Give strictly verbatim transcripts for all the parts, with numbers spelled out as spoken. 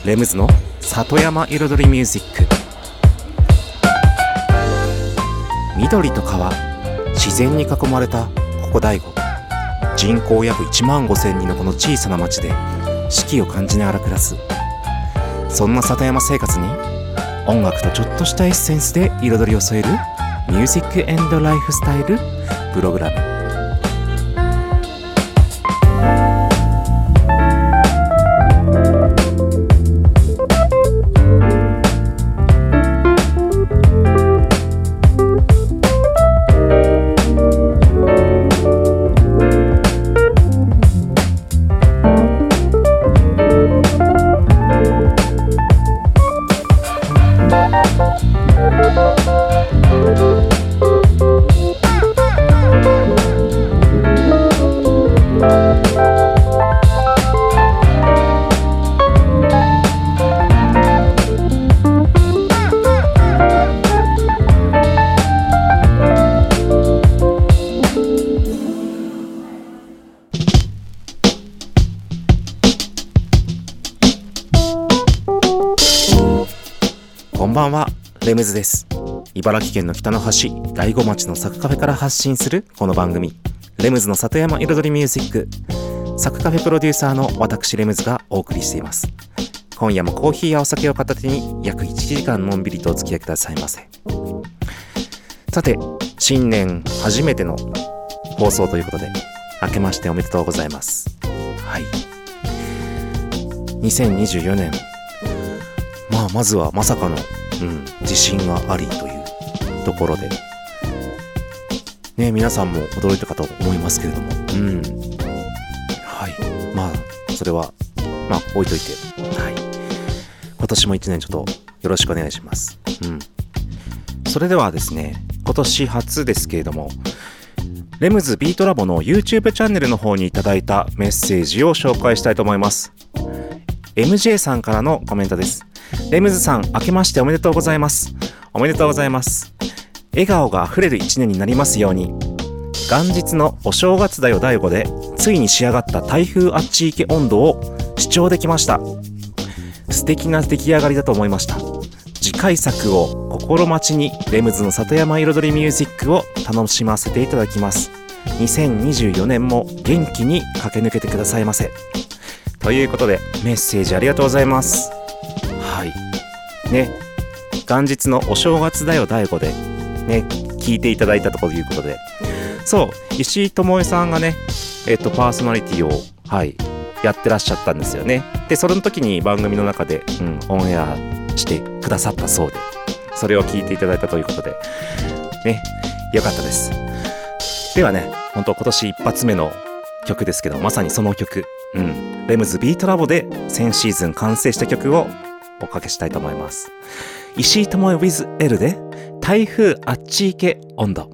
レムズの里山彩りミュージック。緑と川、自然に囲まれたここ大悟。人口約いちまんごせんにんのこの小さな町で四季を感じながら暮らす。そんな里山生活に音楽とちょっとしたエッセンスで彩りを添えるミュージック&ライフスタイルプログラム。こんばんは、レムズです。茨城県の北の端、大子町のサクカフェから発信するこの番組、レムズの里山彩りミュージック。サクカフェプロデューサーの私レムズがお送りしています。今夜もコーヒーやお酒を片手に約いちじかんのんびりとお付き合いくださいませ。さて、新年初めての放送ということで、明けましておめでとうございます。はい。にせんにじゅうよねん、まあまずはまさかの、うん、地震がありというところでね、皆さんも驚いたかと思いますけれども、うん、はい、まあそれはまあ置いといて、はい、今年も一年ちょっとよろしくお願いします。うん、それではですね、今年初ですけれども、レムズビートラボの YouTube チャンネルの方にいただいたメッセージを紹介したいと思います。エムジェー さんからのコメントです。レムズさん、明けましておめでとうございます。おめでとうございます。笑顔があふれる一年になりますように。元日のお正月だよ大悟でついに仕上がった台風あっち行け温度を視聴できました。素敵な出来上がりだと思いました。次回作を心待ちにレムズの里山彩りミュージックを楽しませていただきます。にせんにじゅうよねんも元気に駆け抜けてくださいませ。ということでメッセージありがとうございます。はいね、元日のお正月だよ大悟でね、聞いていただいたということで、そう石井智恵さんがね、えっとパーソナリティをはいやってらっしゃったんですよね。でその時に番組の中で、うん、オンエアしてくださったそうで、それを聞いていただいたということでね、よかったです。ではね、本当今年一発目の曲ですけど、まさにその曲、うん、レムズビートラボで先シーズン完成した曲をおかけしたいと思います。石井智恵 with L で台風あっち行け温度。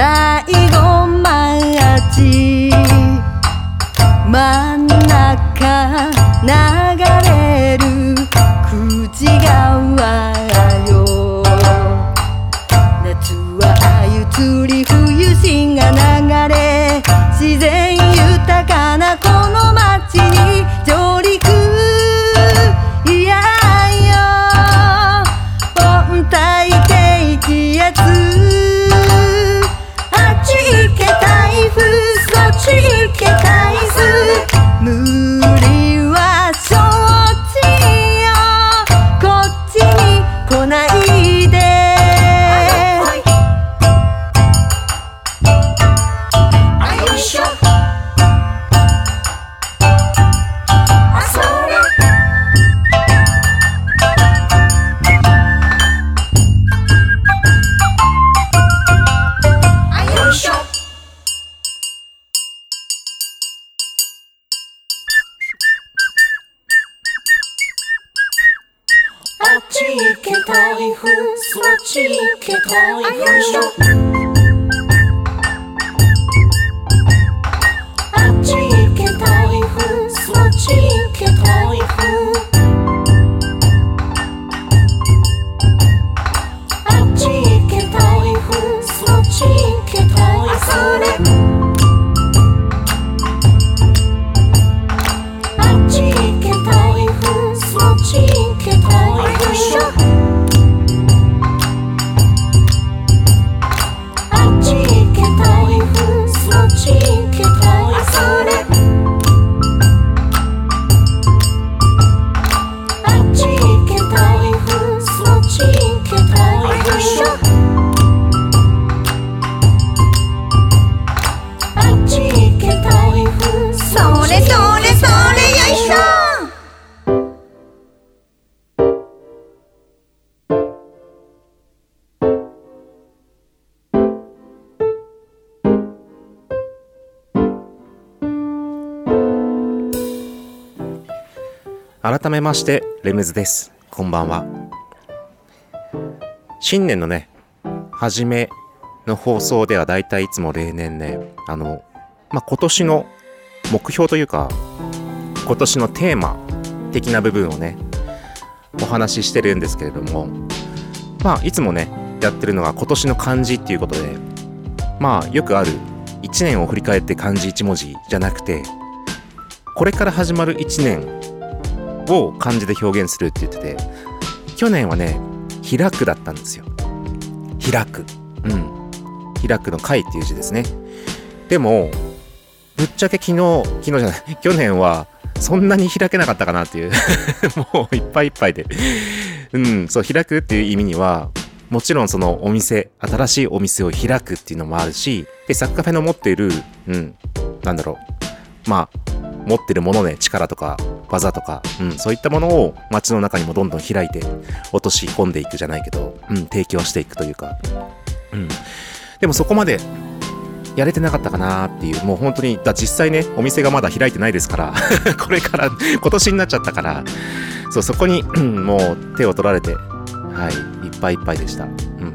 真ん中ち行け台風そっち行け台風あっち行け台風そっち行け台風あっち行け台風そっち行け台風あっち行け台風そっち行け台風あっち行け台風そっち行け台風あっち行け台風そっち行け台風あっち行け台風それそれそれよいしょ改めましてレムズです。こんばんは。新年のね初めの放送ではだいたいいつも例年ねあの、まあ、今年の目標というか今年のテーマ的な部分をねお話ししてるんですけれども、まあいつもねやってるのが今年の漢字っていうことで、まあよくあるいちねんを振り返って漢字いち文字じゃなくて、これから始まるいちねんを漢字で表現するって言ってて、去年はね開くだったんですよ。開く、うん開くの開っていう字ですね。でもぶっちゃけ昨日昨日じゃない去年はそんなに開けなかったかなっていうもういっぱいいっぱいでうんそう開くっていう意味にはもちろんそのお店新しいお店を開くっていうのもあるし、でサッカフェの持っているうんなんだろうまあ持ってるものね力とか技とか、うん、そういったものを街の中にもどんどん開いて落とし込んでいくじゃないけど、うん、提供していくというか、うん、でもそこまでやれてなかったかなっていう、もう本当にだ実際ねお店がまだ開いてないですからこれから今年になっちゃったからそうそこに、うん、もう手を取られてはいいっぱいいっぱいでした、うん、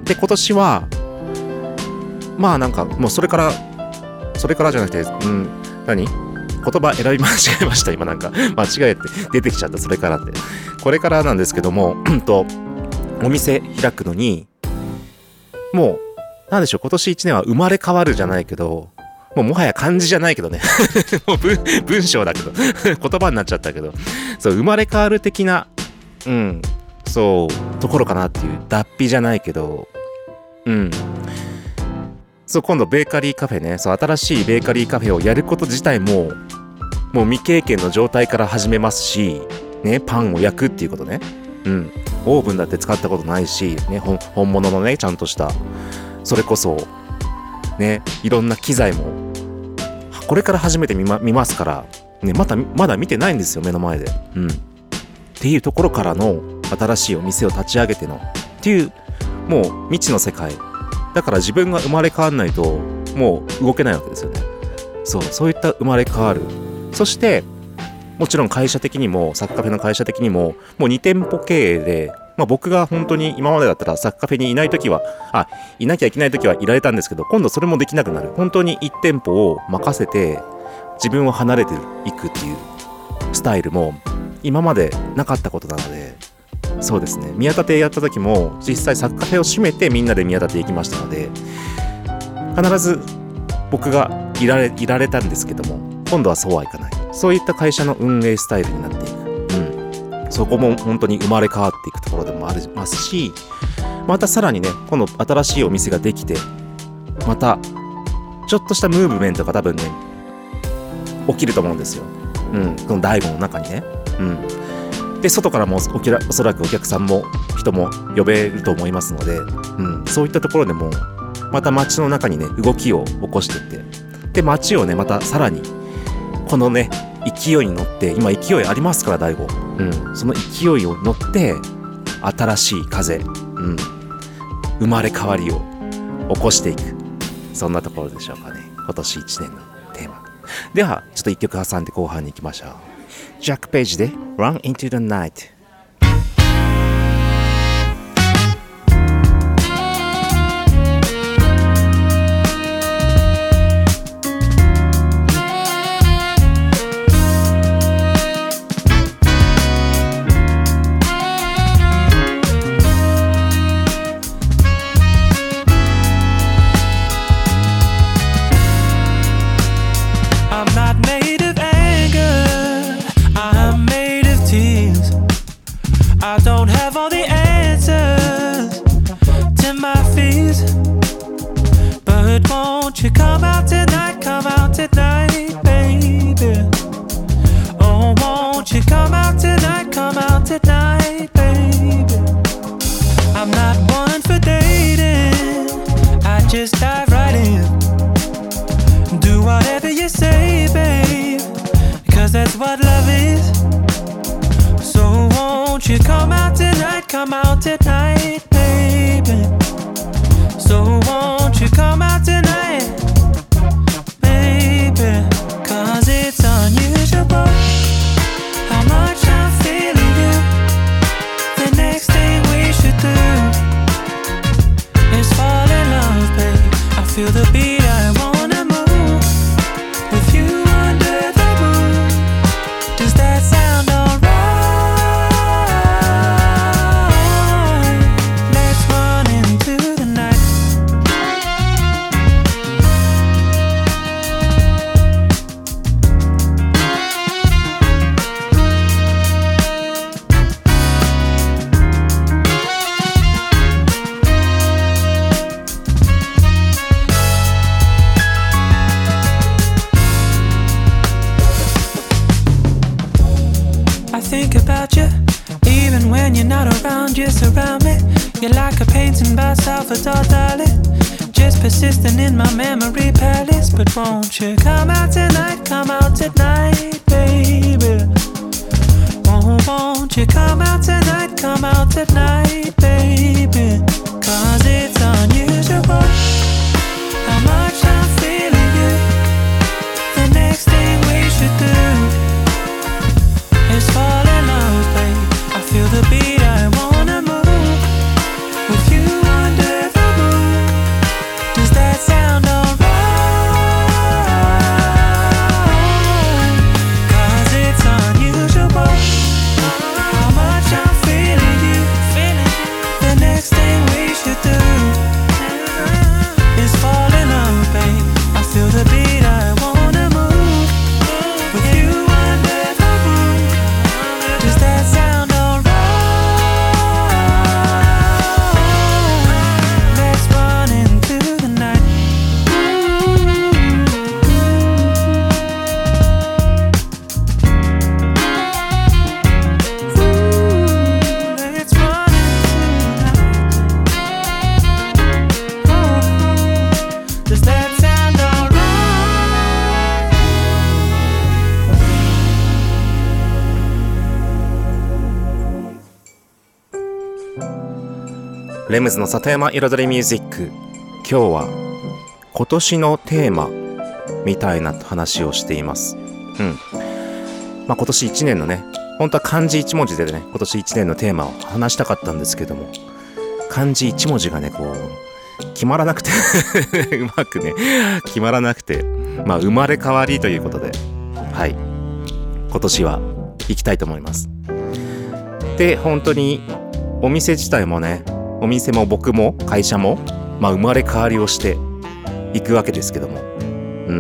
で今年はまあなんかもうそれからそれからじゃなくて、うん、何言葉選び間違えました今なんか間違えて出てきちゃった。それからってこれからなんですけどもとお店開くのにもうなんでしょう今年いちねんは生まれ変わるじゃないけどもうもはや漢字じゃないけどねもう 文, 文章だけど言葉になっちゃったけどそう生まれ変わる的なうんそうところかなっていう脱皮じゃないけどうんそう今度ベーカリーカフェねそう新しいベーカリーカフェをやること自体ももう未経験の状態から始めますしねパンを焼くっていうことねうんオーブンだって使ったことないしね本物のねちゃんとしたそれこそねいろんな機材もこれから初めて 見, ま、見ますからねまだまだ見てないんですよ目の前でうんっていうところからの新しいお店を立ち上げてのっていうもう未知の世界だから自分が生まれ変わらないともう動けないわけですよね。そうそういった生まれ変わるそしてもちろん会社的にもサッカフェの会社的にももうに店舗経営で、まあ、僕が本当に今までだったらサッカフェにいないときはあいなきゃいけないときはいられたんですけど今度それもできなくなる。本当にいち店舗を任せて自分を離れていくっていうスタイルも今までなかったことなのでそうですね宮舘やった時も実際サッカフェを閉めてみんなで宮舘行きましたので必ず僕がいられ、いられたんですけども今度はそうはいかない。そういった会社の運営スタイルになっていく、うん、そこも本当に生まれ変わっていくところでもありますしまたさらにね今度新しいお店ができてまたちょっとしたムーブメントが多分ね起きると思うんですよ、うん、この大悟の中にね、うん、で外からも お, きらおそらくお客さんも人も呼べると思いますので、うん、そういったところでもまた街の中にね動きを起こしていってで街をねまたさらにこのね勢いに乗って今勢いありますから大悟、うん、その勢いを乗って新しい風、うん、生まれ変わりを起こしていくそんなところでしょうかね今年いちねんのテーマではちょっと一曲挟んで後半に行きましょう。ジャック・ページで Run into the Night。 you say, babe, because that's what love is. So won't you come out tonight, come out tonight, baby. So won't you come out tonight, baby, cause it's unusual how much I'm feeling you. The next thing we should do is fall in love, babe. I feel the beat, I wanna move with you under the moon. Does that sound alright? Let's run into the night. I think about you, even when you're not around, you surround me. You're like a painting by Salvador Dali, just persisting in my memory palace. But won't you come out tonight, come out tonight, baby. Oh, won't you come out tonight, come out tonight, baby, cause it's unusual how much I'm feeling you. The next thing we should do is fall in love, babe. I feel the beat, I wanna move with you under the moon. Does that sound alright? Cause it's unusual how much I'm feeling you. The next thing we should do is fall in love, babe. I feel the beat, I wanna move with you under the moon. Does that sound alright? Let's run into the night. Ooh, let's run into the night. Oh, does that sound alright? レムズの里山彩りミュージック。今日は今年のテーマみたいな話をしています。うん。まあ今年いちねんのね、本当は漢字いち文字でね、今年いちねんのテーマを話したかったんですけども、漢字いち文字がね、こう、決まらなくて、うまくね、決まらなくて、まあ生まれ変わりということで、はい。今年は行きたいと思います。で、本当にお店自体もね、お店も僕も会社も、まあ、生まれ変わりをしていくわけですけども、うん、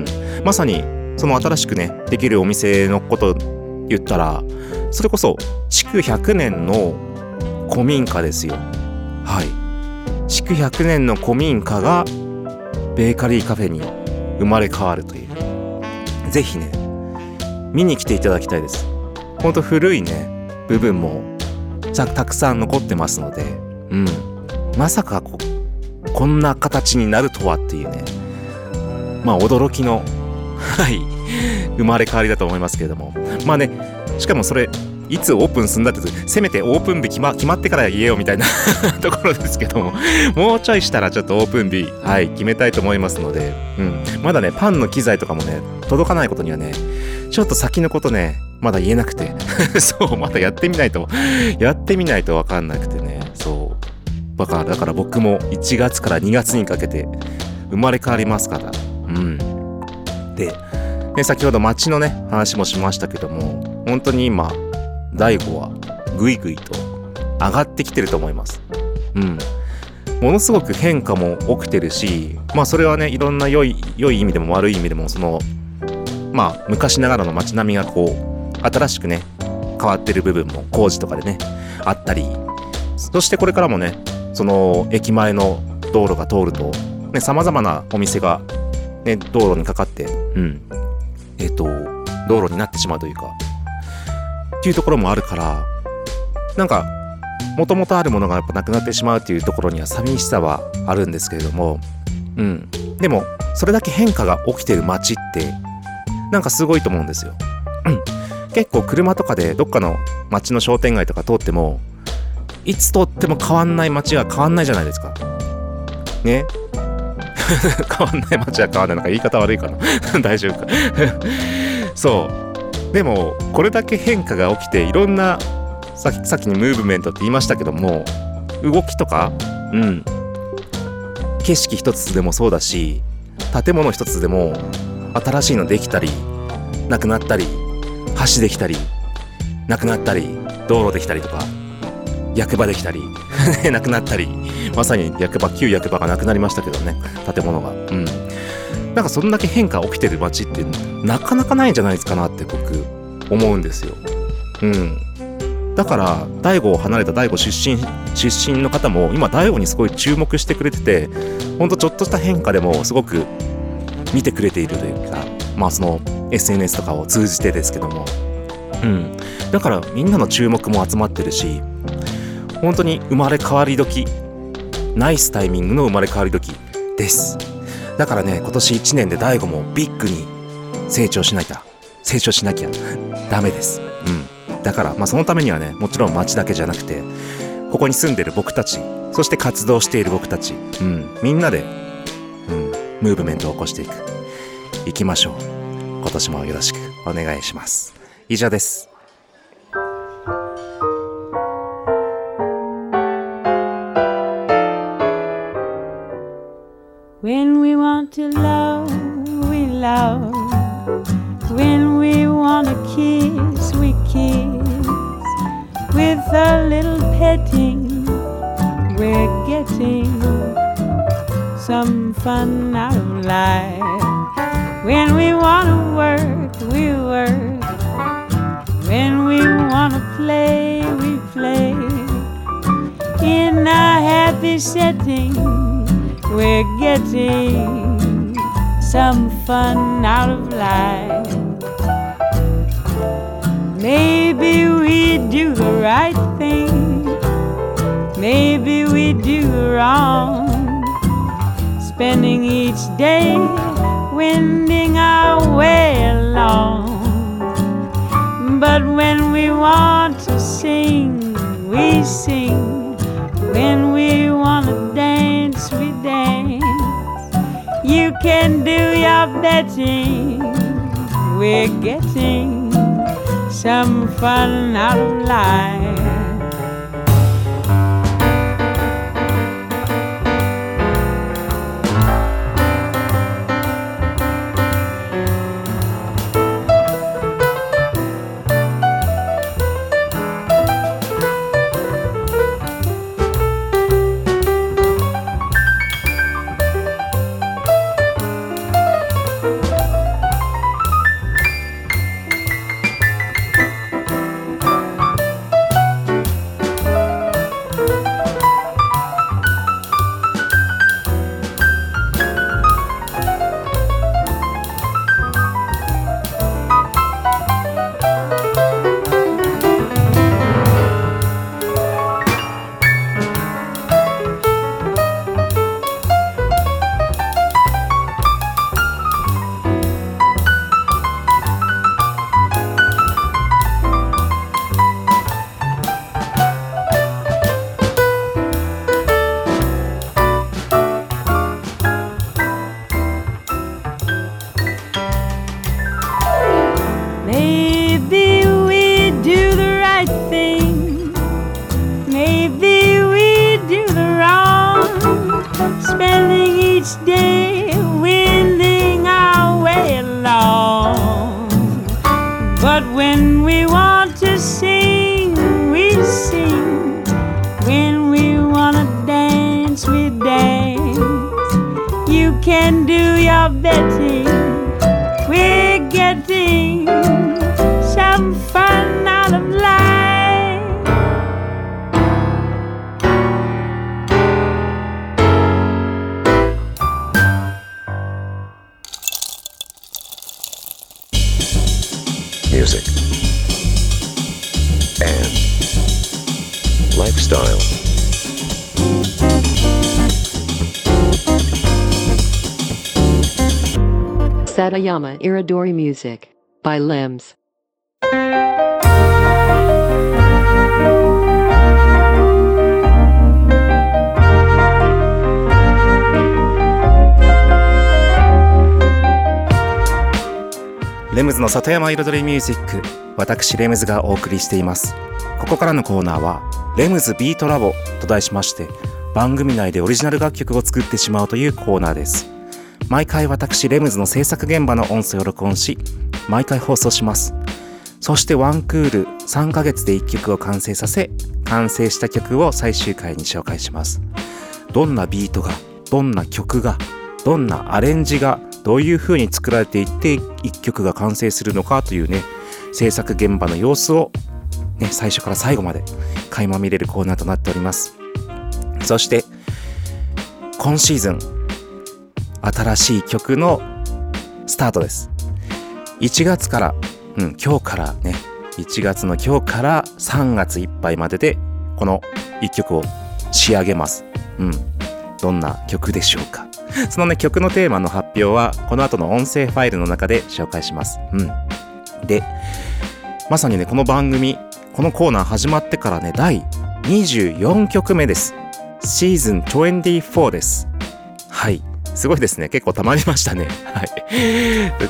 まさにその新しくねできるお店のこと言ったら、それこそ築ひゃくねんの古民家ですよ。はい、築ひゃくねんの古民家がベーカリーカフェに生まれ変わるという、ぜひね見に来ていただきたいです。ほんと古いね部分もたくさん残ってますので、うん、まさか こ, こんな形になるとはっていうね、まあ驚きのはい生まれ変わりだと思いますけれども、まあね、しかもそれいつオープンするんだって、せめてオープン日決 ま, 決まってから言えよみたいなところですけども、もうちょいしたらちょっとオープン日、はい、決めたいと思いますので、うん、まだねパンの機材とかもね届かないことにはね、ちょっと先のことねまだ言えなくてそうまだやってみないとやってみないと分かんなくてね、そうだからだから僕もいちがつからにがつにかけて生まれ変わりますから、うん。で、ね、先ほど街のね話もしましたけども、本当に今大悟はぐいぐいと上がってきてると思います。うん。ものすごく変化も起きてるし、まあそれはねいろんな良い良い意味でも悪い意味でも、そのまあ昔ながらの街並みがこう新しくね変わってる部分も工事とかでねあったり、そしてこれからもねその駅前の道路が通るとね、様々なお店がね道路にかかって、うん、えっと道路になってしまうというかっていうところもあるから、なんか元々あるものがやっぱなくなってしまうっていうところには寂しさはあるんですけれども、うん、でもそれだけ変化が起きてる街ってなんかすごいと思うんですよ。結構車とかでどっかの街の商店街とか通っても、いつ通っても変わんない街は変わんないじゃないですかね。変わんない街は変わんない。なんか言い方悪いかな大丈夫かそうでもこれだけ変化が起きて、いろんなさっき、さっきにムーブメントって言いましたけども、動きとか、うん、景色一つでもそうだし、建物一つでも新しいのできたりなくなったり、橋できたりなくなったり、道路できたりとか、役場できたりなくなったり、まさに役場、旧役場がなくなりましたけどね、建物が。うんなんかそんだけ変化起きてる街ってなかなかないんじゃないですかなって僕思うんですよ。うんだから大悟を離れた大悟出身出身の方も今大悟にすごい注目してくれてて、ほんとちょっとした変化でもすごく見てくれているというか、まあその エスエヌエス とかを通じてですけども、うんだからみんなの注目も集まってるし、本当に生まれ変わり時、ナイスタイミングの生まれ変わり時です。だからね、今年いちねんで大悟もビッグに成長しなきゃ成長しなきゃダメです。うんだからまあそのためにはね、もちろん街だけじゃなくて、ここに住んでる僕たち、そして活動している僕たち、うんみんなで、うん、ムーブメントを起こしていくいきましょう。今年もよろしくお願いします。以上です。 When we want to love, we love. When we want to kiss, we kiss. With a little petting, we're getting some fun out of life. When we want to work, we work. When we want to play, we play. In a happy setting, we're getting some fun out of life. Maybe we do the right thing, maybe we do wrong, spending each day wending our way along. But when we want to sing, we sing. When we want to dance, we dance. You can do your betting, we're getting some fun out of life. Music and lifestyle. Satayama Iridori Music by Limbs. レムズの里山彩りミュージック、私レムズがお送りしています。ここからのコーナーはレムズビートラボと題しまして、番組内でオリジナル楽曲を作ってしまうというコーナーです。毎回私レムズの制作現場の音声を録音し、毎回放送します。そしてワンクールさんかげつでいっきょくを完成させ、完成した曲を最終回に紹介します。どんなビートが、どんな曲が、どんなアレンジがどういう風に作られていって一曲が完成するのかというね、制作現場の様子をね、最初から最後まで垣間見れるコーナーとなっております。そして今シーズン新しい曲のスタートです。いちがつから、うん、今日からね、いちがつの今日からさんがついっぱいまででこのいっきょくを仕上げます。うん、どんな曲でしょうか。そのね、曲のテーマの発表はこの後の音声ファイルの中で紹介します。うん。で、まさにね、この番組、このコーナー始まってからね、だいにじゅうよんきょくめです。シーズンにじゅうよんです。はい。すごいですね。結構溜まりましたね。はい。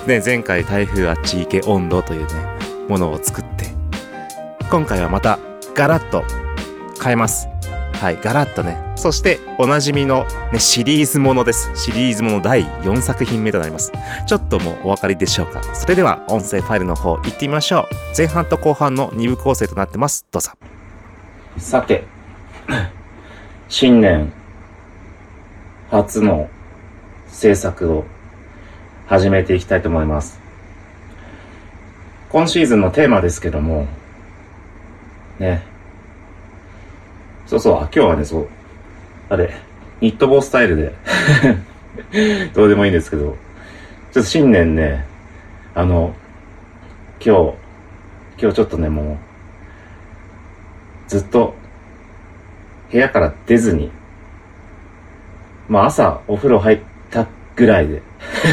ね、前回台風あっち行け温度というね、ものを作って、今回はまたガラッと変えます。はい、ガラッとね。そしておなじみの、ね、シリーズものです。シリーズものだいよんさく品目となります。ちょっともうお分かりでしょうか。それでは音声ファイルの方行ってみましょう。前半と後半のにぶ構成となってます。どうぞ。さて、新年初の制作を始めていきたいと思います。今シーズンのテーマですけどもね、そうそう、あ、今日はね、そう、あれ、ニット帽スタイルで、どうでもいいんですけど、ちょっと新年ね、あの、今日、今日ちょっとね、もう、ずっと、部屋から出ずに、まあ朝、お風呂入ったぐらいで、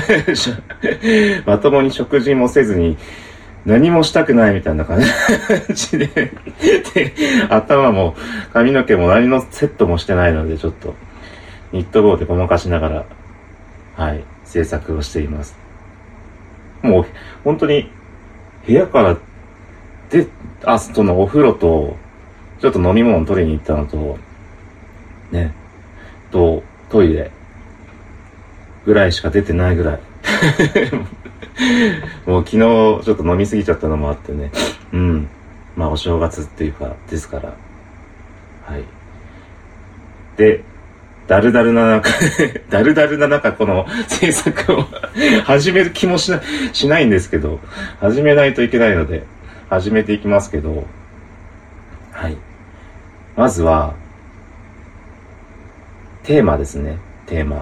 まともに食事もせずに、何もしたくないみたいな感じでで、頭も髪の毛も何のセットもしてないので、ちょっとニット帽でごまかしながら、はい、制作をしています。もう本当に部屋からで、あ、そのお風呂とちょっと飲み物取りに行ったのとね、とトイレぐらいしか出てないぐらい。もう昨日ちょっと飲みすぎちゃったのもあってね。うん。まあお正月っていうか、ですから。はい。で、だるだるな中、だるだるな中この制作を始める気もしな、しないんですけど、始めないといけないので、始めていきますけど、はい。まずは、テーマですね。テーマ。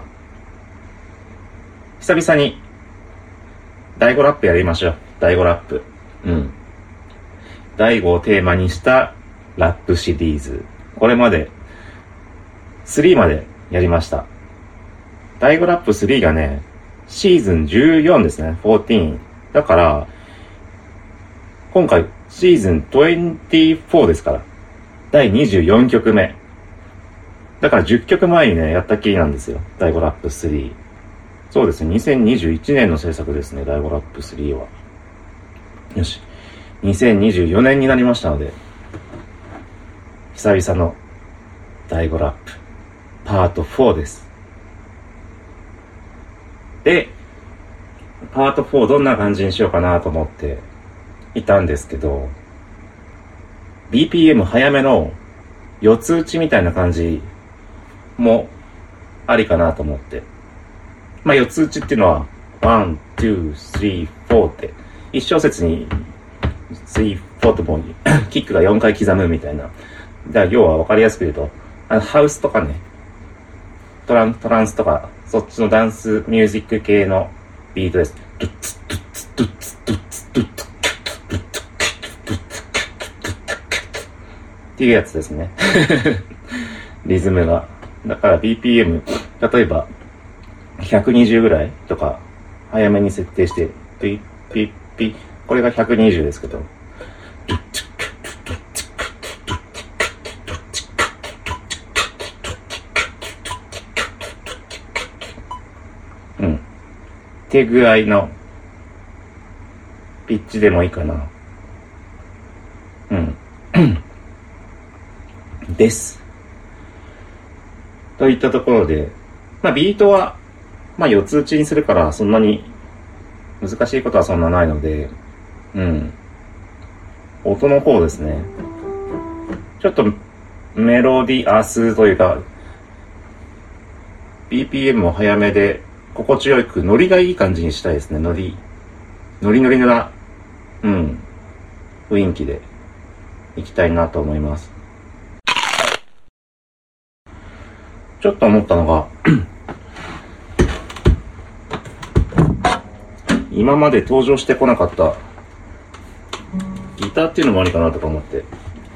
久々に、だいごラップやりましょう。だいごラップ。うん。だいごをテーマにしたラップシリーズ。これまで、さんまでやりました。だいごラップさんがね、シーズンじゅうよんですね。じゅうよん。だから、今回、シーズンにじゅうよんですから。だいにじゅうよんきょくめ。だからじゅっきょくまえにね、やったきりなんですよ。だいごラップさん。そうですね。にせんにじゅういちねんの制作ですね。だいごラップさんは。よし。にせんにじゅうよねんになりましたので、久々のだいごラップ、パートよんです。で、パートよんどんな感じにしようかなと思っていたんですけど、ビーピーエム 早めの四つ打ちみたいな感じもありかなと思って。まあ四つ打ちっていうのは、ワン、ツー、スリー、フォーって、一小節にスリー、フォーともキックがよんかい刻むみたいな。だから要は分かりやすく言うと、あのハウスとかね、トラン、トランスとか、そっちのダンスミュージック系のビートです。ドゥッツドゥッツドゥッツドゥッツドゥッツドゥッツっていうやつですね。リズムが。だから ビーピーエム、例えばひゃくにじゅうぐらいとか早めに設定して、ピッピッピッ、これがひゃくにじゅうですけど、うん。手具合のピッチでもいいかな。うん。です。といったところで、まあビートは、まあ四つ打ちにするからそんなに難しいことはそんなないので、うん。音の方ですね。ちょっとメロディアスというか、ビーピーエム も早めで心地よくノリがいい感じにしたいですね。ノリ。ノリノリな、うん。雰囲気でいきたいなと思います。ちょっと思ったのが、今まで登場してこなかったギターっていうのもありかなとか思って。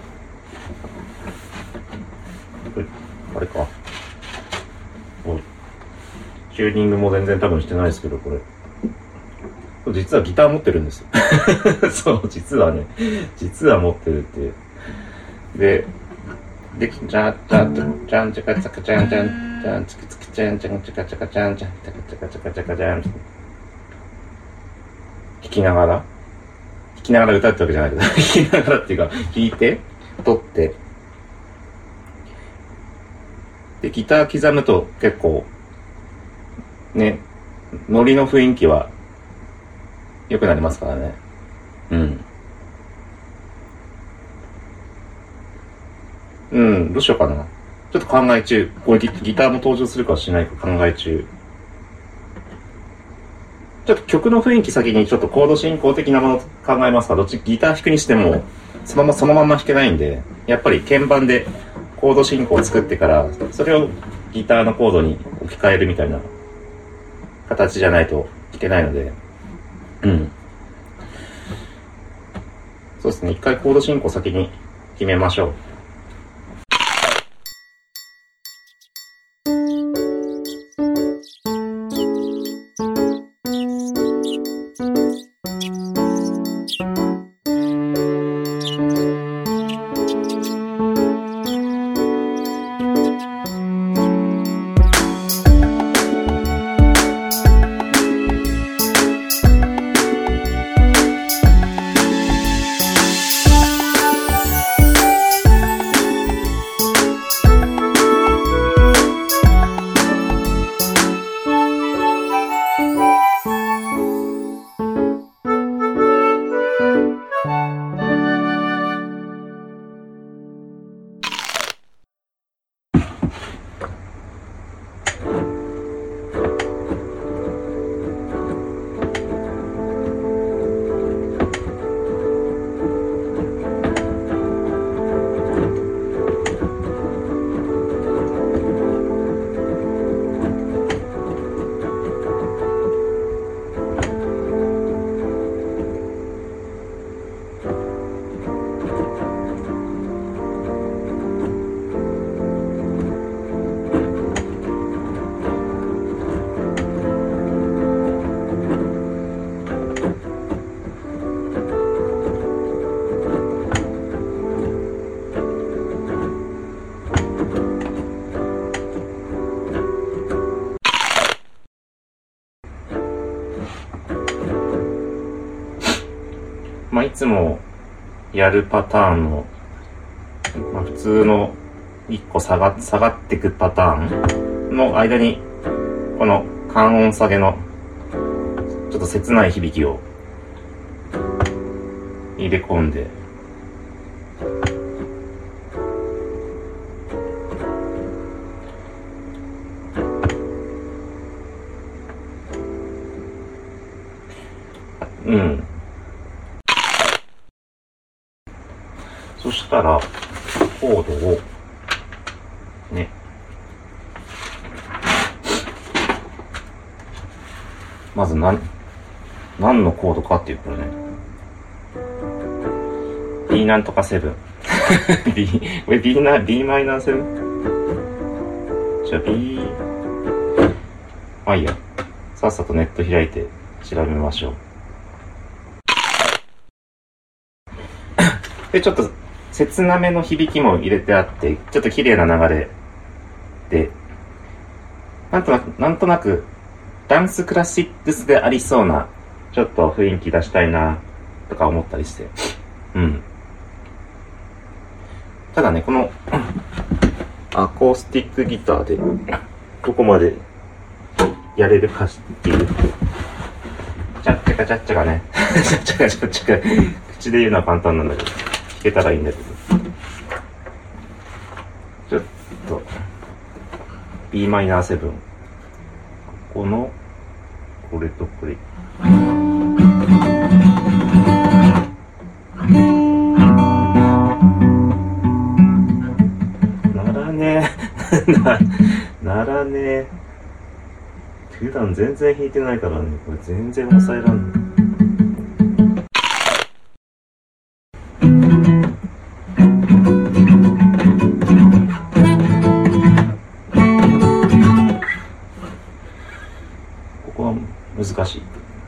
あれか。チューニングも全然多分してないですけど、これ。実はギター持ってるんですよ。そう、実はね、実は持ってるっていう。で、で、じゃじゃじゃんちゃかちゃかちゃんちゃん、じゃんちかちかちゃんちゃんちゃかちゃかちゃんちゃん、ちゃかちゃかちゃかちゃかちゃん。弾きながら弾きながら歌ってわけじゃないけど、弾きながらっていうか、弾いて、取って、で、ギター刻むと結構、ね、ノリの雰囲気は良くなりますからね。うん。うん、どうしようかな。ちょっと考え中。これギ、ギターも登場するかしないか考え中。ちょっと曲の雰囲気先にちょっとコード進行的なもの考えますか。どっちギター弾くにしても、そのままそのまま弾けないんで、やっぱり鍵盤でコード進行を作ってから、それをギターのコードに置き換えるみたいな形じゃないと弾けないので、うん。そうですね。一回コード進行先に決めましょう。まあ、いつもやるパターンの、まあ、普通のいっこ下が、下がっていくパターンの間に、この半音下げのちょっと切ない響きを入れ込んで、うん。そしたら、コードを、ね。まず何、何のコードかっていうこれね。B なんとかセブン。B、これ B な、B マイナーセブン？じゃあ B、まあいいや。さっさとネット開いて調べましょう。で、ちょっと切なめの響きも入れてあって、ちょっと綺麗な流れで、なんとなく、なんとなく、ダンスクラシックスでありそうな、ちょっと雰囲気出したいな、とか思ったりして。うん。ただね、この、アコースティックギターで、どこまでやれるかっていう、チャッチャカチャッチャカね。チャッチャカチャッチャカ、口で言うのは簡単なんだけど、弾けたらいいんだけど。ちょっと、ビーマイナーセブン。この、これとこれ。ならねえ。な、ならねえ。普段全然弾いてないからね。これ全然抑えらんない。難しい。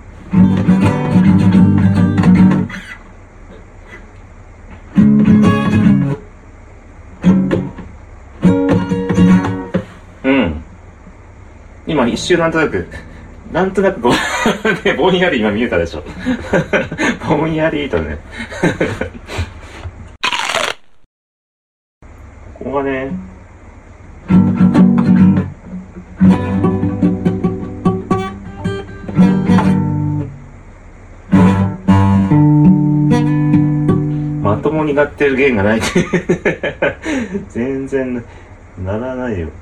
うん。今一瞬なんとなく、なんとなくこう、ね、ぼんやり今見えたでしょ。ぼんやりとね。ここがね、まともになってる弦がない。全然ならないよ。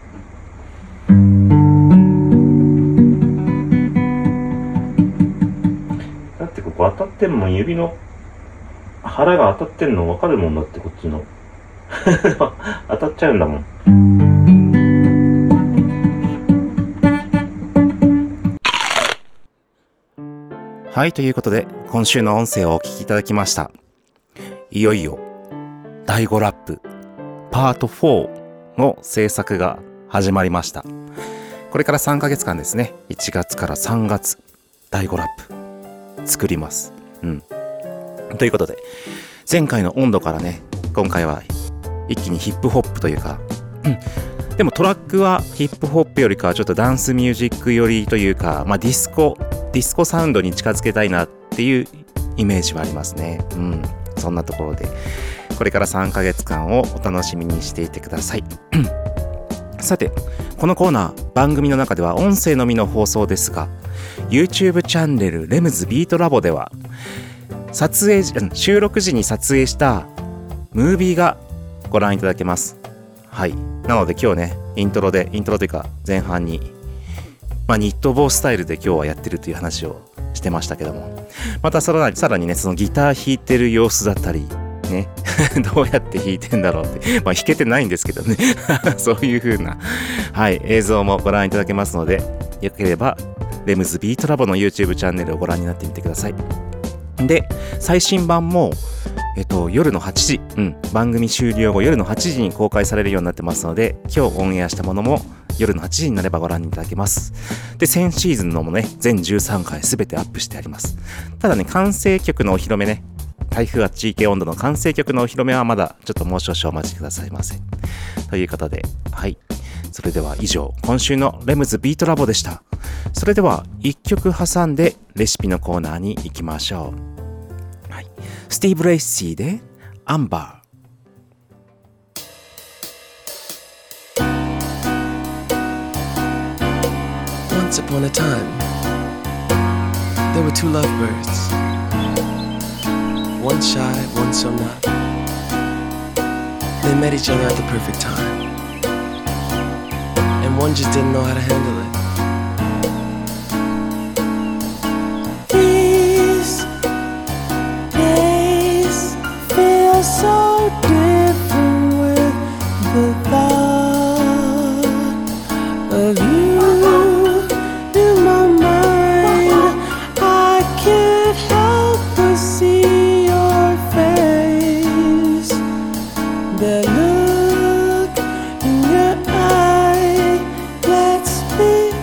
だってここ当たってんもん、指の腹が当たってんの分かるもんだって、こっちの。当たっちゃうんだもん。はい、ということで今週の音声をお聞きいただきました。いよいよだいごラップパートフォーの制作が始まりました。これからさんかげつかんですね。いちがつからさんがつだいごラップ作ります。うん。ということで前回の温度からね、今回は一気にヒップホップというか、うん、でもトラックはヒップホップよりかはちょっとダンスミュージックよりというか、まあディスコディスコサウンドに近づけたいなっていうイメージはありますね。うん。そんなところでこれからさんかげつかんをお楽しみにしていてください。さて、このコーナー番組の中では音声のみの放送ですが、 YouTube チャンネルレムズビートラボでは撮影収録時に撮影したムービーがご覧いただけます。はい。なので今日ね、イントロでイントロというか前半に、まあ、ニット帽スタイルで今日はやってるという話をしてましたけども、またさらにさらにね、そのギター弾いてる様子だったりねどうやって弾いてんだろうって、まあ弾けてないんですけどねそういう風な、はい、映像もご覧いただけますので、よければレムズビートラボの YouTube チャンネルをご覧になってみてください。で、最新版もえっと夜のはちじ、うん、番組終了後夜のはちじに公開されるようになってますので、今日オンエアしたものも夜のはちじになればご覧いただけます。で、先シーズンのもね、全じゅうさんかいすべてアップしてあります。ただね、完成曲のお披露目ね、台風は地域温度の完成曲のお披露目はまだちょっともう少々お待ちくださいませ。ということで、はい。それでは以上、今週のレムズビートラボでした。それではいっきょく挟んでレシピのコーナーに行きましょう。はい。スティーブ・レイシーでアンバー。 Once upon a time, there were two lovebirds. One shy, one so not. They met each other at the perfect time. And one just didn't know how to handle it. These days feel so different with the thought of you. The look in your eye lets me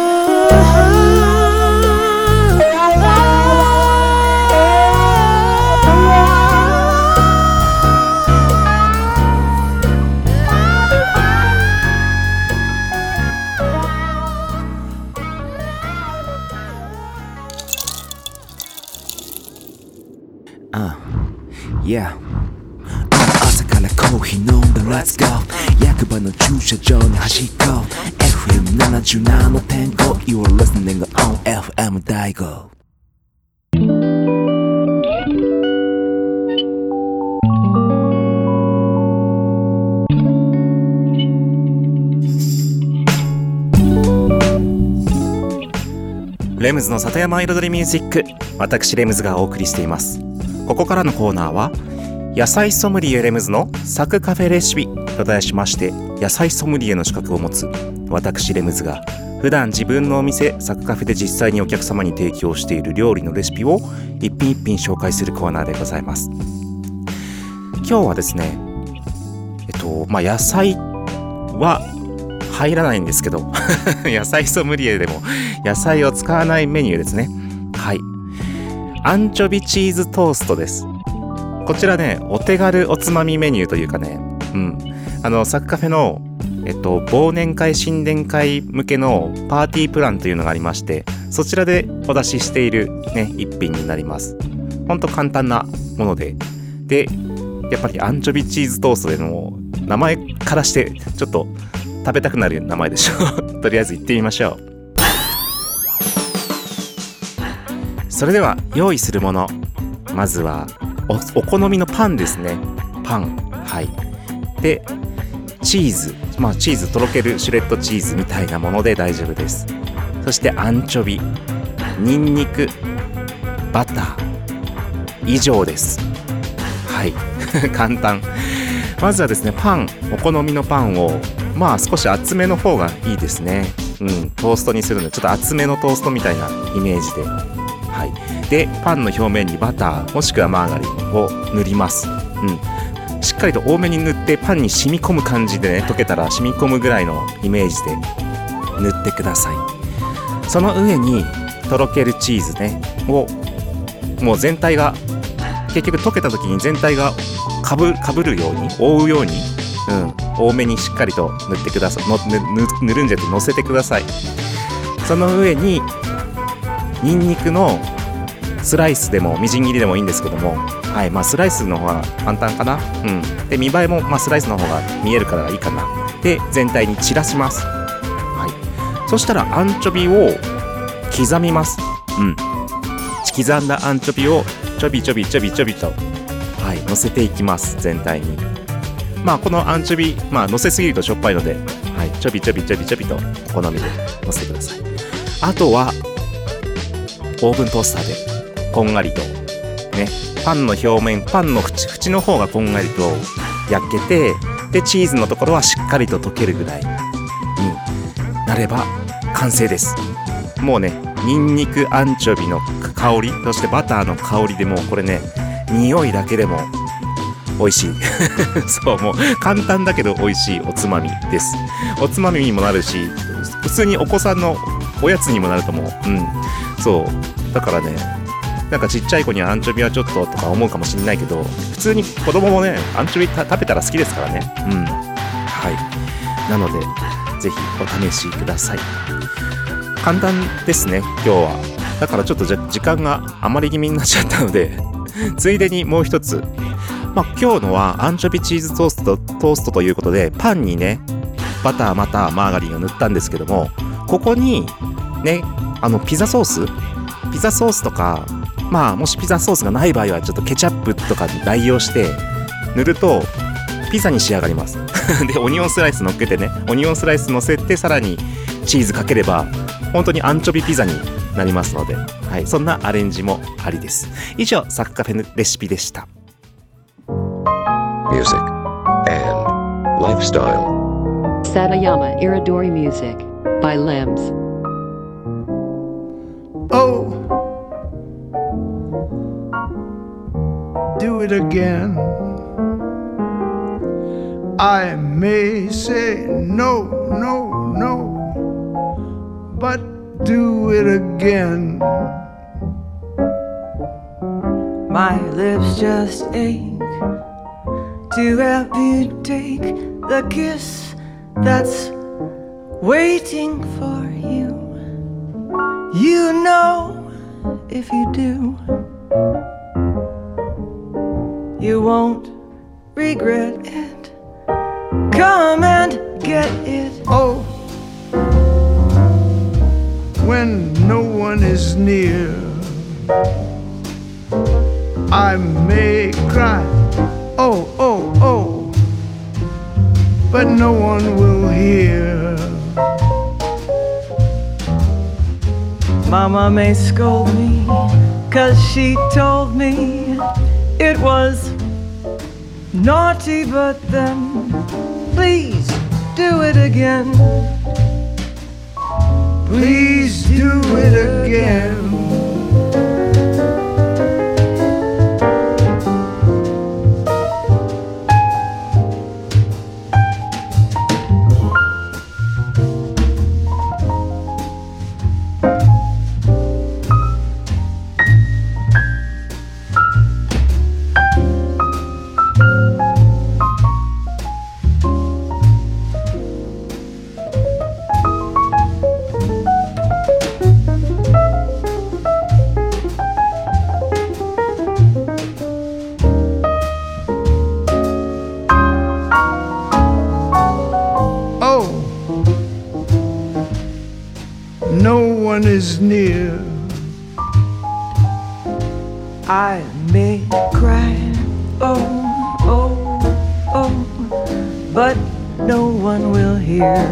ああ Yeah 朝からコーヒー飲んだ Let's go 役場の駐車場に走っこう エフエムななじゅうななてんご You're listening on エフエム 大悟レムズの里山彩りミュージック、私レムズがお送りしています。ここからのコーナーは野菜ソムリエレムズのサクカフェレシピと題しまして、野菜ソムリエの資格を持つ私レムズが普段自分のお店サクカフェで実際にお客様に提供している料理のレシピを一品一品紹介するコーナーでございます。今日はですね、えっとまあ野菜は入らないんですけど野菜ソムリエでも野菜を使わないメニューですね。はい、アンチョビチーズトーストです。こちらね、お手軽おつまみメニューというかね、うんあのサクカフェのえっと忘年会新年会向けのパーティープランというのがありまして、そちらでお出ししているね一品になります。ほんと簡単なもので、でやっぱりアンチョビチーズトーストでの名前からしてちょっと食べたくなる名前でしょとりあえず行ってみましょう。それでは用意するもの、まずは お, お好みのパンですね。パン、はい。でチーズ、まあチーズとろけるシュレッドチーズみたいなもので大丈夫です。そしてアンチョビ、ニンニク、バター、以上です。はい簡単。まずはですね、パン、お好みのパンをまあ少し厚めの方がいいですね。うん、トーストにするのでちょっと厚めのトーストみたいなイメージで、はい。でパンの表面にバターもしくはマーガリンを塗ります。うん、しっかりと多めに塗ってパンに染み込む感じでね、溶けたら染み込むぐらいのイメージで塗ってください。その上にとろけるチーズねをもう全体が結局溶けた時に全体がかぶ、かぶるように覆うように、うん、多めにしっかりと塗ってください。のぬ塗るんじゃなくて乗せてください。その上にニンニクのスライスでもみじん切りでもいいんですけども、はい、まあスライスの方が簡単かな。うん。で見栄えもまあスライスの方が見えるからいいかな。で全体に散らします。はい。そしたらアンチョビを刻みます。うん。刻んだアンチョビをちょびちょびちょびちょびと、はい、乗せていきます。全体に。まあこのアンチョビ、まあ乗せすぎるとしょっぱいので、はい、ちょびちょびちょびちょびとお好みで乗せてください。あとはオーブントースターでこんがりとね、パンの表面、パンの縁、縁の方がこんがりと焼けて、でチーズのところはしっかりと溶けるぐらいになれば完成です。もうね、ニンニクアンチョビの香り、そしてバターの香りでもうこれね、匂いだけでも美味しいそう、もう簡単だけど美味しいおつまみです。おつまみにもなるし、普通にお子さんのおやつにもなると思う。うん、そうだからね、なんかちっちゃい子にはアンチョビはちょっととか思うかもしれないけど、普通に子供もねアンチョビ食べたら好きですからね。うん、はい。なのでぜひお試しください。簡単ですね今日は。だからちょっとじゃ時間が余り気味になっちゃったのでついでにもう一つ、まあ、今日のはアンチョビチーズトーストトーストということで、パンにねバターまたマーガリンを塗ったんですけども、ここにねあのピザソースピザソースとか、まあもしピザソースがない場合はちょっとケチャップとかに代用して塗るとピザに仕上がりますでオニオンスライス乗っけてね、オニオンスライス乗せてさらにチーズかければ本当にアンチョビピザになりますので、はい、そんなアレンジもありです。以上、サクカフェのレシピでした。 Music and Lifestyle Satayama Iridori Music by Lems. Oh, do it again. I may say no, no, no, but do it again. My lips just ache to help you take the kiss that's waiting for you. You know if you do, you won't regret it. Come and get it. Oh, when no one is near, I may cry, oh, oh, oh, but no one will hear. Mama may scold me, 'cause she told me it was naughty, but then please do it again. Please do it again. Is near, I may cry, oh, oh, oh, but no one will hear.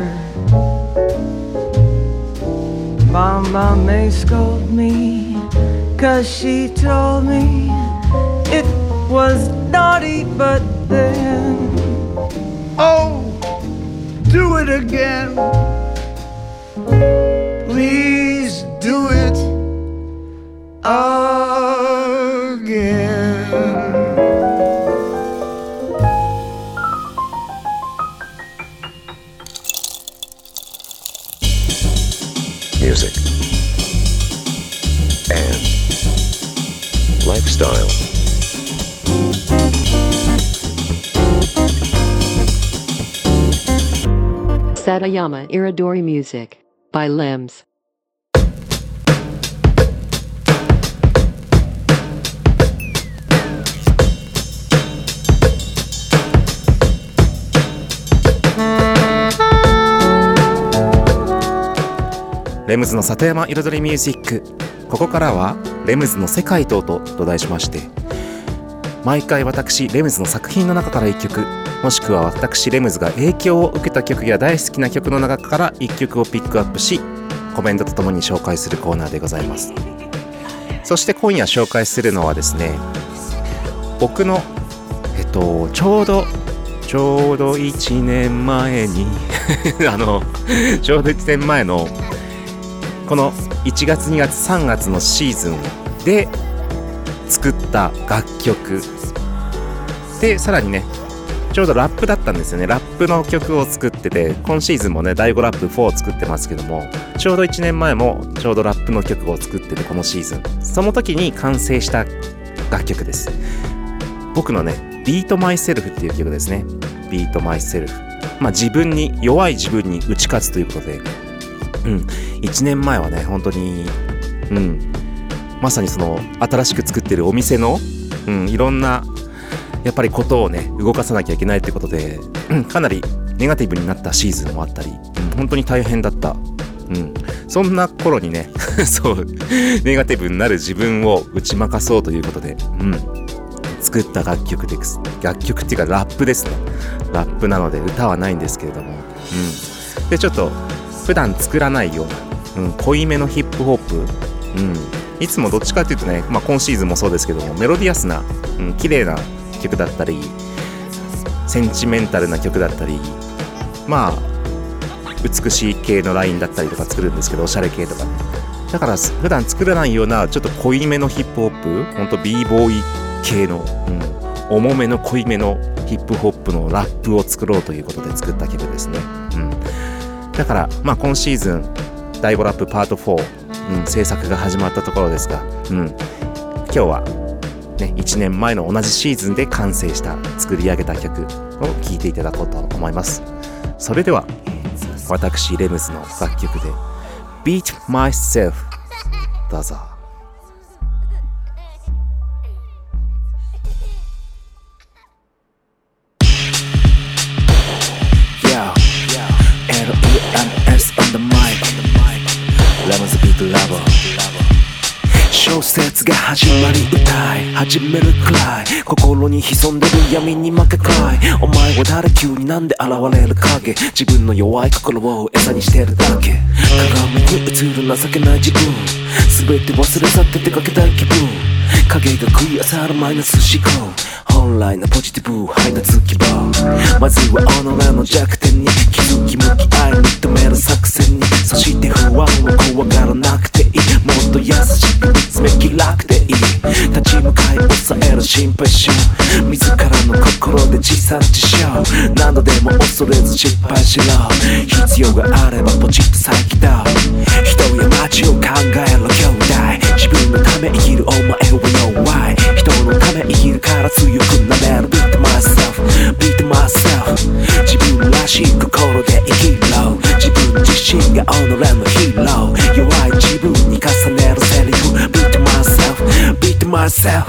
Mama may scold me, 'cause she told me it was naughty, but then oh, do it again. Please do it again. Music and lifestyle. Satayama Iridori Music by Limbs. レムズの里山彩りミュージック。ここからはレムズの世界と音と題しまして、毎回私レムズの作品の中からいっきょく、もしくは私レムズが影響を受けた曲や大好きな曲の中からいっきょくをピックアップし、コメントとともに紹介するコーナーでございます。そして今夜紹介するのはですね、僕のえっとちょうどちょうどいちねんまえにあのちょうどいちねんまえのこのいちがつにがつさんがつのシーズンで作った楽曲で、さらにねちょうどラップだったんですよね。ラップの曲を作ってて、今シーズンもねだいごラップフォーを作ってますけども、ちょうどいちねんまえもちょうどラップの曲を作ってて、このシーズンその時に完成した楽曲です。僕のねビートマイセルフっていう曲ですね。ビートマイセルフ、まあ自分に弱い自分に打ち勝つということで、うん、いちねんまえはね本当に、うん、まさにその新しく作ってるお店の、うん、いろんなやっぱりことをね動かさなきゃいけないってことで、うん、かなりネガティブになったシーズンもあったり、うん、本当に大変だった、うん、そんな頃にねそうネガティブになる自分を打ち負かそうということで、うん、作った楽曲です。楽曲っていうかラップですね。ラップなので歌はないんですけれども、うん、でちょっと普段作らないような、うん、濃いめのヒップホップ、うん、いつもどっちかっていうとね、まあ、今シーズンもそうですけどもメロディアスな、うん、綺麗な曲だったりセンチメンタルな曲だったり、まあ美しい系のラインだったりとか作るんですけど、おしゃれ系とかね。だから普段作らないようなちょっと濃いめのヒップホップ、ほんと b ボーイ系の、うん、重めの濃いめのヒップホップのラップを作ろうということで作った曲ですね。うん、だからまあ今シーズンだいごラップパートフォー、うん、制作が始まったところですが、うん、今日は、ね、いちねんまえの同じシーズンで完成した作り上げた曲を聴いていただこうと思います。それでは私レムズの楽曲で Beat Myself どうぞ。 小説が始まり歌い始めるくらい心に潜んでる闇に負けくらいお前は誰急になんで現れる影自分の弱い心を餌にしてるだけ鏡に映る情けない自分全て忘れ去って出かけたい気分影が食い漁るマイナス思考本来のポジティブ配達希望まずは己の弱点に気づき向き合い認める作戦にそして不安を怖がらなくていいもっと優しく見つめきらくていい立ち向かい抑える心配性自らの心で自殺自傷何度でも恐れず失敗しろ必要があればポチッと再起動人や街を考えろ兄弟自分のため生きるお前は弱い人のため生きるから強くなれる Beat myself Beat myself 自分らしい心で生きろ自分自身が己のヒーロー弱い自分に重ねるセリフ Beat myself Beat myself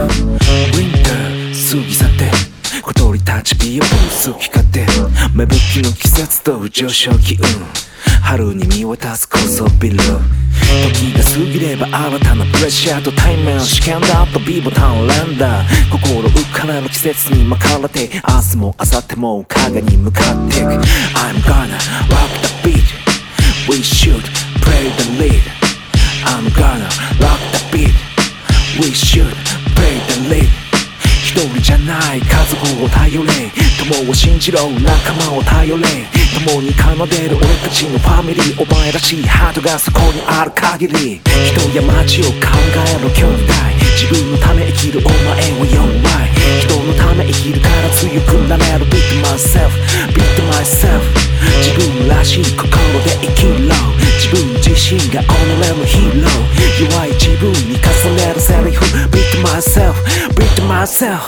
Winter 過ぎ去って小鳥たちビヨブ好き勝手芽吹きの季節と上昇気運春に見渡す高層ビル時が過ぎれば新たなプレッシャーと対面試験だと B ボタンを連打心浮かれる季節に巻かれて明日も明後日も影に向かっていく I'm gonna rock the beat We should play the lead I'm gonna rock the beat We should play the lead一人じゃない家族を頼れ友を信じろ仲間を頼れ共に奏でる俺たちのファミリーお前らしいハートがそこにある限り人や街を考えろ兄弟自分のため生きるお前は弱い人のため生きるから強くなれる Beat myself Beat myself 自分らしい心で生きろ自分自身が己のヒーロー弱い自分に重ねるセリフ Beat myself Beat myself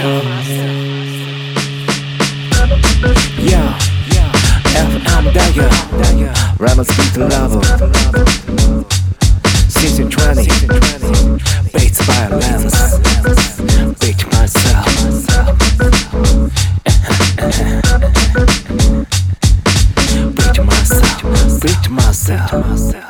Yeahエフエム Dagger Ramos Beat Lover Season twenty Beats by Lens Beat myself Beat myself Beat myself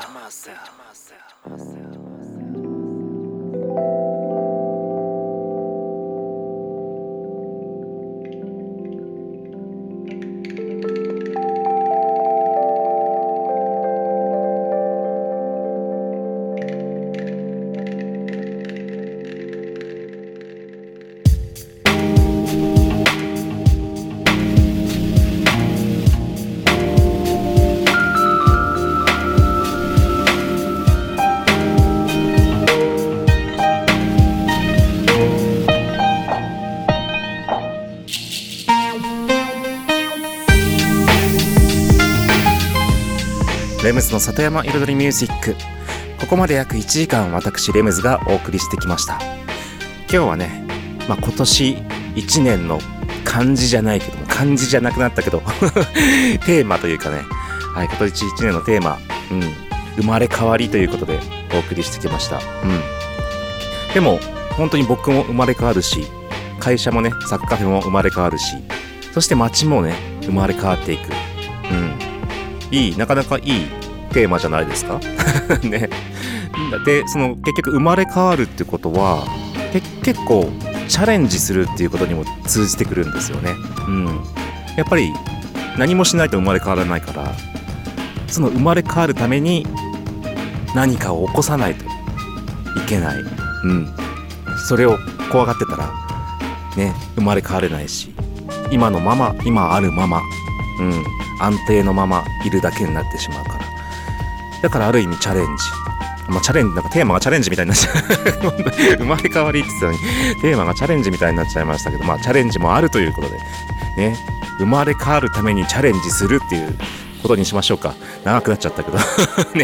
レムズの里山彩りミュージック、ここまで約いちじかん私レムズがお送りしてきました。今日はね、まあ、今年いちねんの漢字じゃないけども漢字じゃなくなったけどテーマというかね、はい、今年いちねんのテーマ、うん、生まれ変わりということでお送りしてきました。うん、でも本当に僕も生まれ変わるし、会社もね、サッカーフェも生まれ変わるし、そして街もね生まれ変わっていく。うん、いい、なかなかいいテーマじゃないですかね。で、その結局生まれ変わるってことはけ結構チャレンジするっていうことにも通じてくるんですよね。うん、やっぱり何もしないと生まれ変わらないから、その生まれ変わるために何かを起こさないといけない。うん、それを怖がってたらね、生まれ変われないし、今のまま、今あるまま、うん、安定のままいるだけになってしまうから。だからある意味チャレンジ。まあ、チャレンジ、なんかテーマがチャレンジみたいになっちゃう。生まれ変わりって言ってたのに、テーマがチャレンジみたいになっちゃいましたけど、まあチャレンジもあるということで、ね、生まれ変わるためにチャレンジするっていうことにしましょうか。長くなっちゃったけど。ね。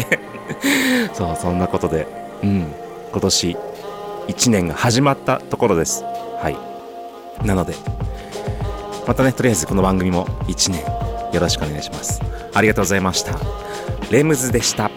そう、そんなことで、うん、今年いちねんが始まったところです。はい。なので、またね、とりあえずこの番組もいちねんよろしくお願いします。ありがとうございました。レムズでした。